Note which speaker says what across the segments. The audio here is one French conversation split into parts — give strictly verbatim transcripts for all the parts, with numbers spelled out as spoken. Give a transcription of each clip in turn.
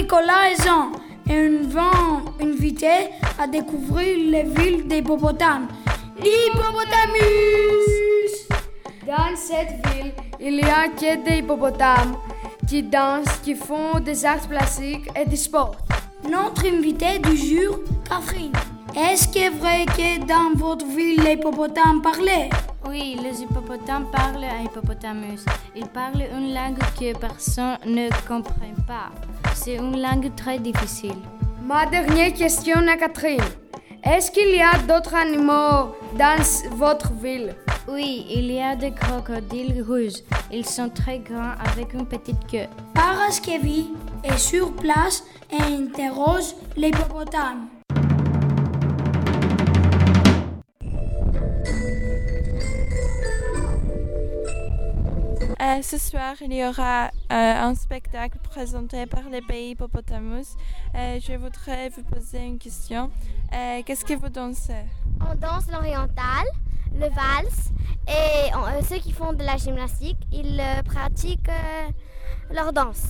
Speaker 1: Nicolas et Jean et on va inviter à découvrir les villes d'hippopotames. L'hippopotamus!
Speaker 2: Dans cette ville, il y a que des hippopotames qui dansent, qui font des arts plastiques et du sport.
Speaker 1: Notre invitée du jour, Catherine. Est-ce que c'est vrai que dans votre ville, les hippopotames parlaient?
Speaker 3: Oui, les hippopotames parlent à hippopotamus. Ils parlent une langue que personne ne comprend pas. C'est une langue très difficile.
Speaker 2: Ma dernière question à Catherine. Est-ce qu'il y a d'autres animaux dans votre ville?
Speaker 3: Oui, il y a des crocodiles rouges. Ils sont très grands avec une petite queue.
Speaker 1: Paraskevi est sur place et interroge les hippopotames.
Speaker 4: Euh, ce soir, il y aura euh, un spectacle présenté par les pays hippopotamus. Euh, je voudrais vous poser une question. Euh, qu'est-ce que vous dansez?
Speaker 5: On danse l'oriental, le valse et on, euh, ceux qui font de la gymnastique, ils euh, pratiquent euh, leur danse.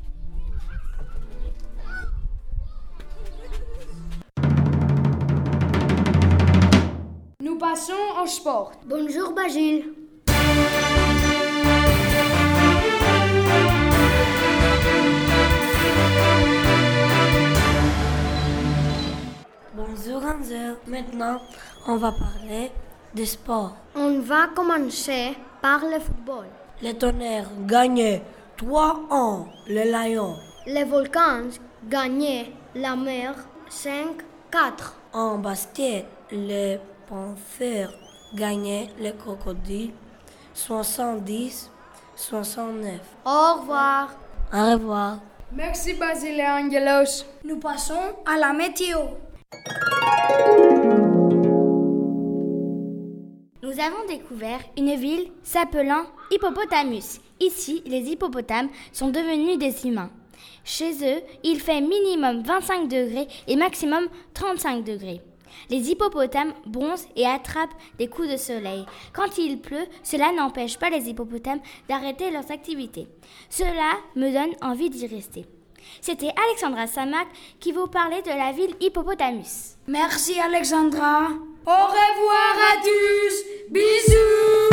Speaker 2: Nous passons au sport.
Speaker 1: Bonjour Basile.
Speaker 6: Bonjour Angel. Maintenant, on va parler de sport.
Speaker 5: On va commencer par le football.
Speaker 6: Le Tonnerre gagnait trois un, le Lion.
Speaker 5: Les Volcans gagnaient la mer cinq quatre.
Speaker 6: En basket, les Panthers gagnaient le Crocodile soixante-dix soixante-neuf.
Speaker 5: Au revoir.
Speaker 6: Au revoir.
Speaker 2: Merci Basile et Angelos.
Speaker 1: Nous passons à la météo.
Speaker 5: Nous avons découvert une ville s'appelant Hippopotamus. Ici, les hippopotames sont devenus des humains. Chez eux, il fait minimum vingt-cinq degrés et maximum trente-cinq degrés. Les hippopotames bronzent et attrapent des coups de soleil. Quand il pleut, cela n'empêche pas les hippopotames d'arrêter leurs activités. Cela me donne envie d'y rester. C'était Alexandra Samac qui vous parlait de la ville Hippopotamus.
Speaker 1: Merci Alexandra. Au revoir à tous. Bisous.